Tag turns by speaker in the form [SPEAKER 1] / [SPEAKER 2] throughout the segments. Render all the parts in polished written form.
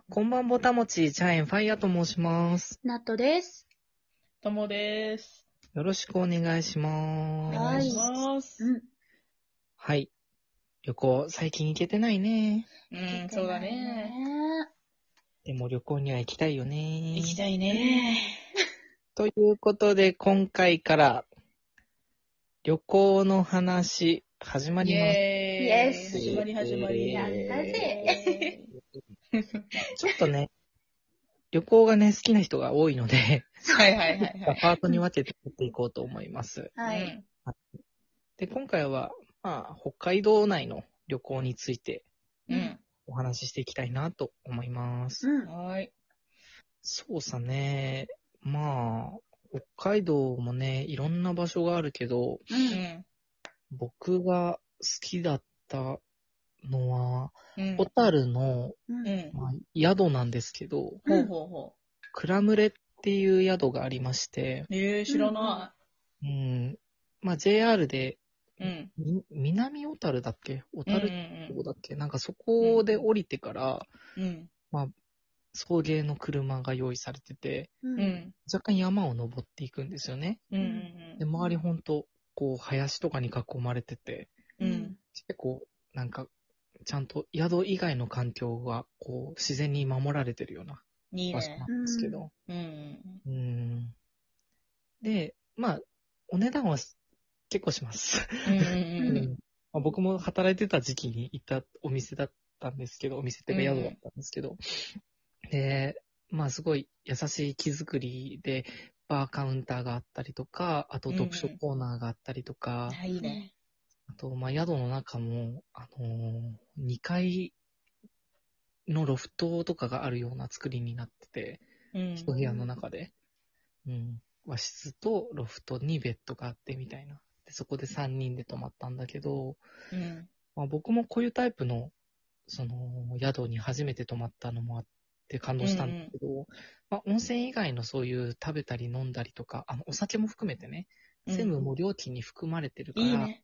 [SPEAKER 1] こんばんぼたもち、チャイエンファイヤーと申します。
[SPEAKER 2] ナットです。
[SPEAKER 3] ともです。
[SPEAKER 1] よろしくお願いし
[SPEAKER 3] お
[SPEAKER 1] ます。
[SPEAKER 3] 願いします。
[SPEAKER 1] はい。旅行、最近行けてないね。
[SPEAKER 3] そうだね。
[SPEAKER 1] でも旅行には行きたいよね。
[SPEAKER 3] 行きたいね。
[SPEAKER 1] ということで、今回から旅行の話、始ま
[SPEAKER 3] イ
[SPEAKER 1] ります。
[SPEAKER 3] エーイ。
[SPEAKER 2] イエス
[SPEAKER 3] 始まり。
[SPEAKER 2] やったぜ。
[SPEAKER 1] ちょっとね、旅行がね、好きな人が多いので、
[SPEAKER 3] はい。
[SPEAKER 1] パートに分けて撮っていこうと思います。
[SPEAKER 2] はい。
[SPEAKER 1] で、今回は、北海道内の旅行についてお話ししていきたいなと思います。
[SPEAKER 3] はい。
[SPEAKER 1] そうさね。北海道もね、いろんな場所があるけど、僕が好きだったのは、小樽の、宿なんですけど、クラムレっていう宿がありまして、
[SPEAKER 3] 知らな
[SPEAKER 1] JR で、
[SPEAKER 3] い。
[SPEAKER 1] 南小樽だっけ小樽港だっけなんかそこで降りてから、送迎の車が用意されてて、若干山を登っていくんですよね。で、周りほんと、こう、林とかに囲まれてて、結構、なんか、ちゃんと宿以外の環境が、こう、自然に守られてるような場所なんですけど。で、お値段は結構します。僕も働いてた時期に行ったお店だったんですけど、お店っていうか宿だったんですけど、で、すごい優しい木造りで、バーカウンターがあったりとか、あと読書コーナーがあったりとか、
[SPEAKER 3] いいね。
[SPEAKER 1] あと、宿の中も、2階のロフトとかがあるような作りになってて、一部屋の中で、和室とロフトにベッドがあってみたいな。でそこで3人で泊まったんだけど、僕もこういうタイプの、宿に初めて泊まったのもあって感動したんだけど、温泉以外のそういう食べたり飲んだりとか、お酒も含めてね、全部もう料金に含まれてるから、
[SPEAKER 3] いいね。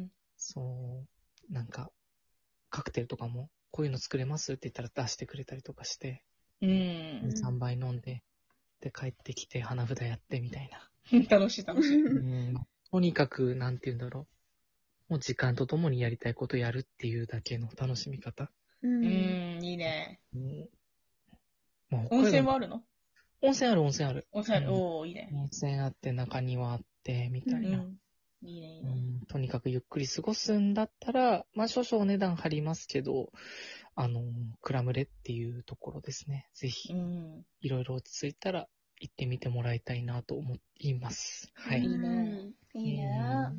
[SPEAKER 1] なんか、カクテルとかも、こういうの作れますって言ったら出してくれたりとかして、2、3杯飲んで、で、帰ってきて花札やってみたいな。
[SPEAKER 3] 楽しい。
[SPEAKER 1] とにかく、なんて言うんだろう。もう時間とともにやりたいことやるっていうだけの楽しみ方。
[SPEAKER 3] いいね。
[SPEAKER 1] 温
[SPEAKER 3] 泉もあるの？
[SPEAKER 1] 温泉ある。
[SPEAKER 3] 温泉ある。いいね。
[SPEAKER 1] 温泉あって、中庭あって、みたいな。
[SPEAKER 3] いいね。
[SPEAKER 1] とにかくゆっくり過ごすんだったら、少々お値段張りますけど、クラムレっていうところですね。ぜひ、いろいろ落ち着いたら行ってみてもらいたいなと思います。はい。
[SPEAKER 2] いいね。いいね。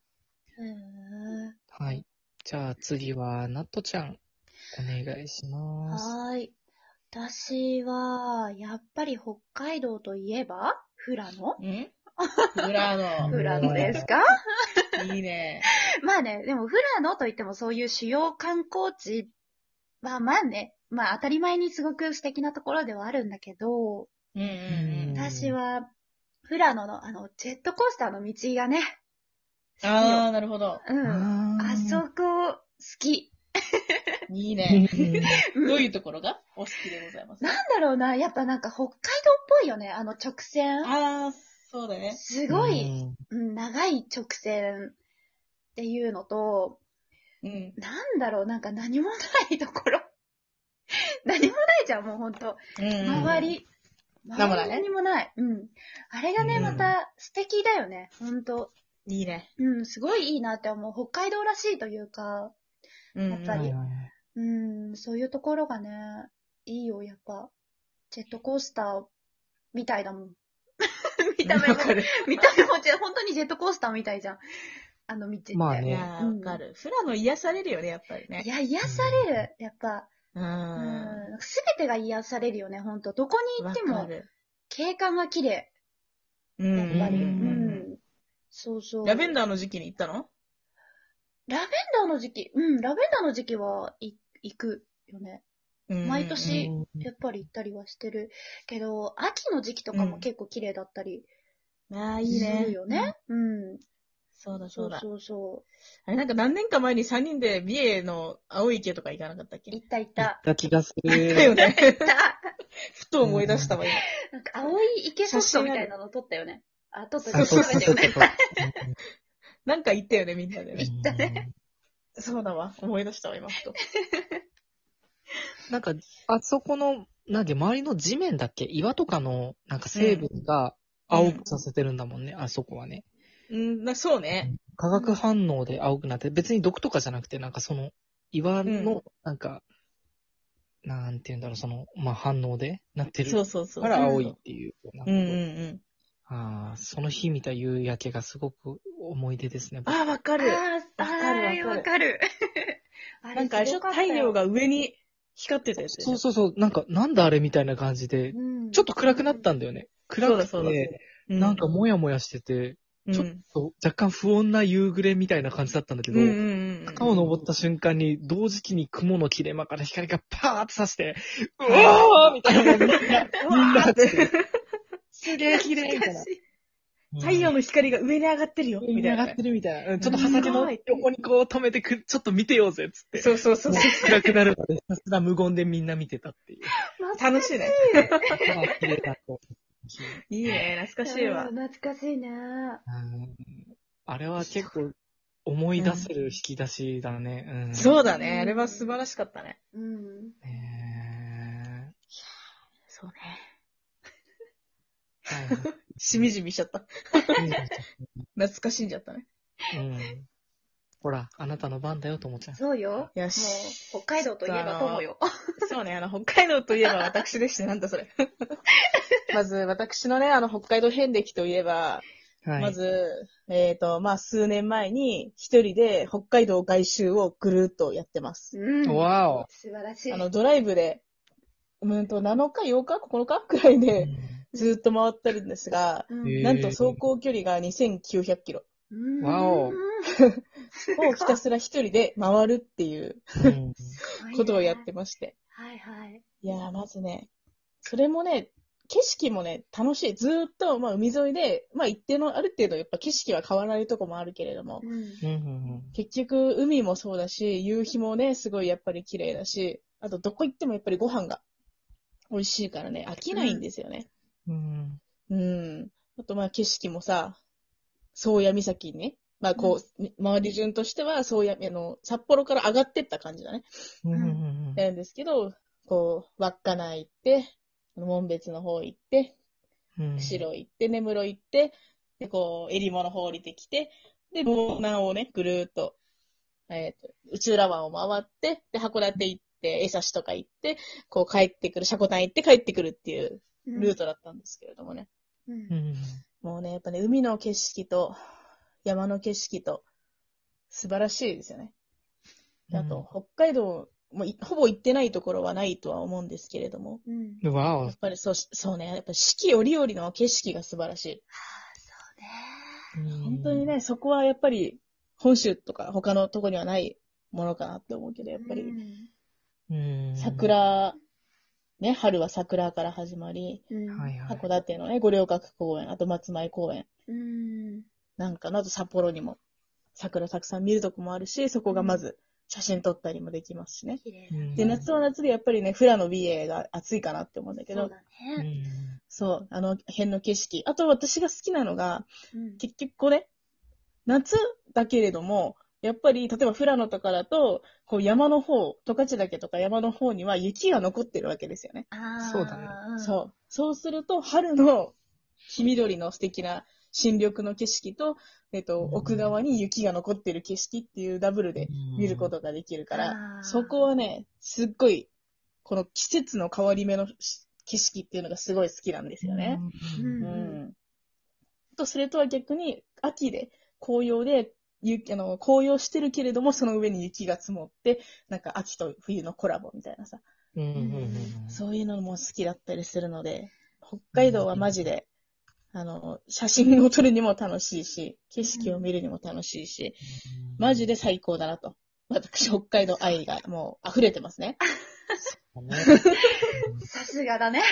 [SPEAKER 1] はい。じゃあ次は、ナットちゃん、お願いします。
[SPEAKER 2] はい。私は、やっぱり北海道といえば、富良野
[SPEAKER 3] 富良野。
[SPEAKER 2] 富良野ですか？
[SPEAKER 3] いいね。
[SPEAKER 2] でも富良野といってもそういう主要観光地は当たり前にすごく素敵なところではあるんだけど、私は富良野のジェットコースターの道がね、
[SPEAKER 3] なるほど。
[SPEAKER 2] あそこ好き。
[SPEAKER 3] いいね。どういうところがお好きでございます？
[SPEAKER 2] なんだろうな、やっぱなんか北海道っぽいよね、直線。
[SPEAKER 3] そうだね。
[SPEAKER 2] すごい、長い直線っていうのと、なんだろう、なんか何もないところ。何もないじゃん、もうほんと。周り何もない。あれがね、また素敵だよね、ほんと。
[SPEAKER 3] いいね。
[SPEAKER 2] すごいいいなって思う。北海道らしいというか、やっぱり。そういうところがね、いいよ、やっぱ。ジェットコースターみたいだもん。見た目も、本当にジェットコースターみたいじゃん。あの道って。
[SPEAKER 3] わかる。富良野癒されるよね、やっぱりね。
[SPEAKER 2] いや、癒される。やっぱ。すべてが癒されるよね、ほんと。どこに行っても、景観が綺麗。やっぱり。そうそう。
[SPEAKER 3] ラベンダーの時期に行ったの？
[SPEAKER 2] ラベンダーの時期は行くよね。毎年、やっぱり行ったりはしてるけど、秋の時期とかも結構綺麗だったりするよね。
[SPEAKER 3] そうだそうだ。
[SPEAKER 2] そうそう。
[SPEAKER 3] あれなんか何年か前に3人で美瑛の青い池とか行かなかったっけ？
[SPEAKER 2] 行った行っ
[SPEAKER 1] 行
[SPEAKER 2] た
[SPEAKER 1] っ。た気がする。
[SPEAKER 3] だよね。
[SPEAKER 2] 行った。
[SPEAKER 3] ふと思い出したわ、今。
[SPEAKER 2] なんか青い池ソフトみたいなの撮ったよね。あ、撮った
[SPEAKER 1] あ、そうそうそう
[SPEAKER 2] 食べたよね。
[SPEAKER 3] なんか行ったよね、みんなでね。
[SPEAKER 2] 行ったね。
[SPEAKER 3] そうだわ。思い出したわ、今、ふと。
[SPEAKER 1] なんか、あそこの、なんで、周りの地面だっけ岩とかの、なんか成分が青くさせてるんだもんね、あそこはね。
[SPEAKER 3] そうね。
[SPEAKER 1] 化学反応で青くなって、別に毒とかじゃなくて、なんかその、岩の、なんか、なんて言うんだろう、その、まあ、反応でなってる
[SPEAKER 3] そうそうそう。
[SPEAKER 1] から青いっていう。
[SPEAKER 3] ん。
[SPEAKER 1] その日見た夕焼けがすごく思い出ですね。僕
[SPEAKER 3] ああ、わかる。
[SPEAKER 2] わかる。
[SPEAKER 3] なんかあれでしょ、太陽が上に光ってたやつでしょ。
[SPEAKER 1] そう。なんだあれみたいな感じで、ちょっと暗くなったんだよね。暗くて、なんかもやもやしてて、ちょっと若干不穏な夕暮れみたいな感じだったんだけど、坂を登った瞬間に同時期に雲の切れ間から光がパーって差して、うわーみたいな。みんなってすげー綺麗みたいな。
[SPEAKER 3] 太陽の光が上に上がってるよ。
[SPEAKER 1] 上に上がってるみたいな。ちょっと畑の横にこう止めてちょっと見てよぜっつって。
[SPEAKER 3] そう。
[SPEAKER 1] 暗くなるまで、さすが無言でみんな見てたっていう。
[SPEAKER 3] 楽しいね。
[SPEAKER 1] 綺麗だと。
[SPEAKER 3] いいね、懐かしいわ。
[SPEAKER 2] 懐かしいな。
[SPEAKER 1] あれは結構思い出せる引き出しだね。
[SPEAKER 3] そうだね。あれは素晴らしかったね。そうね。しみじみしちゃった。懐かしんじゃったね。
[SPEAKER 1] ほら、あなたの番だよ、ともちゃん。
[SPEAKER 2] そうよ。
[SPEAKER 3] よし。
[SPEAKER 2] もう、北海道といえば友よ。
[SPEAKER 3] そうね、北海道といえば私でして、なんだそれ。まず、私のね、北海道遍歴といえば、まず、数年前に一人で北海道外周をぐるーっとやってます。
[SPEAKER 1] わお。
[SPEAKER 2] 素晴らしい。
[SPEAKER 3] ドライブで、7日、8日、9日くらいで、ずーっと回ってるんですが、なんと走行距離が2900キロ。
[SPEAKER 1] わお。
[SPEAKER 3] をひたすら一人で回るっていうことをやってまして。いやー、まずね、それもね、景色もね、楽しい。ずーっと、海沿いで、一定のある程度やっぱ景色は変わらないとこもあるけれども、結局海もそうだし、夕日もね、すごいやっぱり綺麗だし、あとどこ行ってもやっぱりご飯が美味しいからね、飽きないんですよね。あと景色もさ、宗谷岬にね、周り順としては、札幌から上がってった感じだね。なんですけど、稚内行って、紋別の方行って、釧路行って、根室行って、で、襟裳の方降りてきて、で、道南をね、ぐるーっと、内浦湾を回って、で、函館行って、江差とか行って、帰ってくる、積丹行って帰ってくるっていうルートだったんですけれどもね。もうね、やっぱね、海の景色と、山の景色と、素晴らしいですよね。あと、北海道、ほぼ行ってないところはないとは思うんですけれども。やっぱりそうね、やっぱ四季折々の景色が素晴らしい。
[SPEAKER 2] そうね。
[SPEAKER 3] 本当にね、そこはやっぱり、本州とか他のとこにはないものかなって思うけど、やっぱり、桜、ね、春は桜から始まり、函館のね、五稜郭公園、あと松前公園。あと札幌にも桜たくさん見るとこもあるし、そこがまず写真撮ったりもできますしね。で、夏は夏でやっぱりね、富良野美瑛が暑いかなって思うんだけど、そう、辺の景色。あと私が好きなのが、結局夏だけれども、やっぱり、例えば富良野とかだと、山の方、十勝岳とか山の方には雪が残ってるわけですよね。
[SPEAKER 1] そうだね。
[SPEAKER 3] そうすると、春の黄緑の素敵な新緑の景色と、奥側に雪が残ってる景色っていうダブルで見ることができるから、そこはね、すっごい、この季節の変わり目の景色っていうのがすごい好きなんですよね。それとは逆に、秋で、紅葉で、紅葉してるけれども、その上に雪が積もって、秋と冬のコラボみたいなさ。そういうのも好きだったりするので、北海道はマジで、写真を撮るにも楽しいし、景色を見るにも楽しいし、マジで最高だなと。私、北海道愛がもう溢れてますね。
[SPEAKER 2] さすがだね。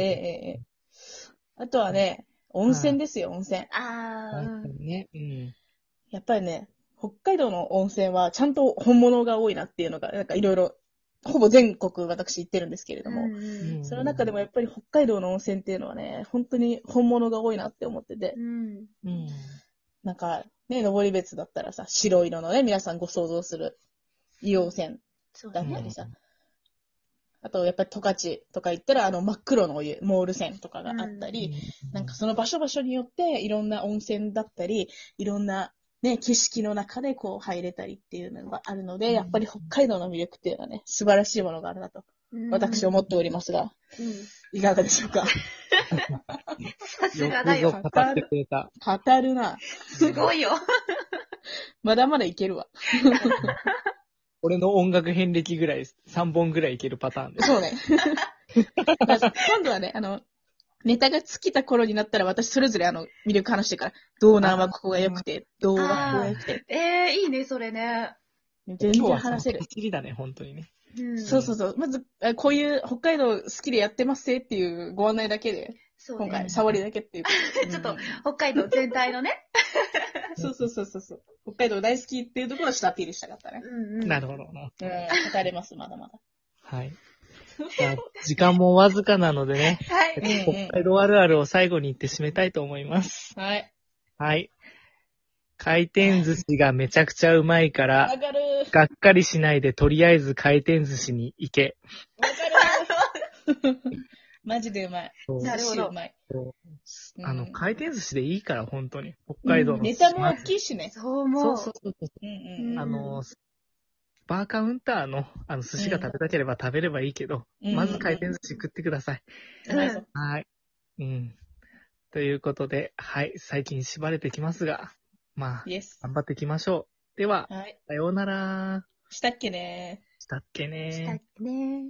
[SPEAKER 3] あとはね、温泉ですよ、温泉。
[SPEAKER 2] ね。
[SPEAKER 3] やっぱりね、北海道の温泉はちゃんと本物が多いなっていうのが、なんかいろいろ、ほぼ全国私行ってるんですけれども、その中でもやっぱり北海道の温泉っていうのはね、本当に本物が多いなって思ってて、なんかね、登別だったらさ、白色のね、皆さんご想像する硫黄泉だったりさ、あと、やっぱり十勝とか行ったら、真っ黒のお湯、モール泉とかがあったり、なんかその場所場所によって、いろんな温泉だったり、いろんなね、景色の中でこう入れたりっていうのがあるので、やっぱり北海道の魅力っていうのはね、素晴らしいものがあるなと、私思っておりますが、いかがでしょうか。
[SPEAKER 2] さすがだよ。
[SPEAKER 1] 語ってくれた。
[SPEAKER 3] 語るな。
[SPEAKER 2] すごいよ。ま
[SPEAKER 3] だまだいけるわ。
[SPEAKER 1] 俺の音楽遍歴ぐらい、3本ぐらいいけるパターンで。
[SPEAKER 3] そうね。今度はね、ネタが尽きた頃になったら私それぞれ魅力話してから、道南はここが良くて、道はここが良くて。
[SPEAKER 2] いいね、それね。
[SPEAKER 3] 全然話せる。
[SPEAKER 1] 好きだね、本当にね。
[SPEAKER 3] そうそうそう。まず、こういう北海道好きでやってますせっていうご案内だけで、今回、触りだけっていう。
[SPEAKER 2] ちょっと、北海道全体のね。
[SPEAKER 3] そう。北海道大好きっていうところを下アピールしたかったね。
[SPEAKER 1] なるほどな。
[SPEAKER 3] 語れます、まだまだ。
[SPEAKER 1] はい。時間もわずかなのでね。
[SPEAKER 2] はい。
[SPEAKER 1] 北海道あるあるを最後に言って締めたいと思います。
[SPEAKER 3] はい。
[SPEAKER 1] はい。回転寿司がめちゃくちゃうまいから、がっかりしないでとりあえず回転寿司に行け。
[SPEAKER 3] わかるマジでうまい。
[SPEAKER 2] なるほど。
[SPEAKER 3] うまい。
[SPEAKER 1] 回転寿司でいいから、本当に。北海道の。
[SPEAKER 3] ネタも大きいしね。
[SPEAKER 2] そう思う。
[SPEAKER 1] そう。バーカウンターの、寿司が食べたければ食べればいいけど、まず回転寿司食ってください。はい。ということで、はい、最近縛れてきますが、まあ、頑張っていきましょう。では、さようなら。
[SPEAKER 3] したっけね。
[SPEAKER 1] したっけね。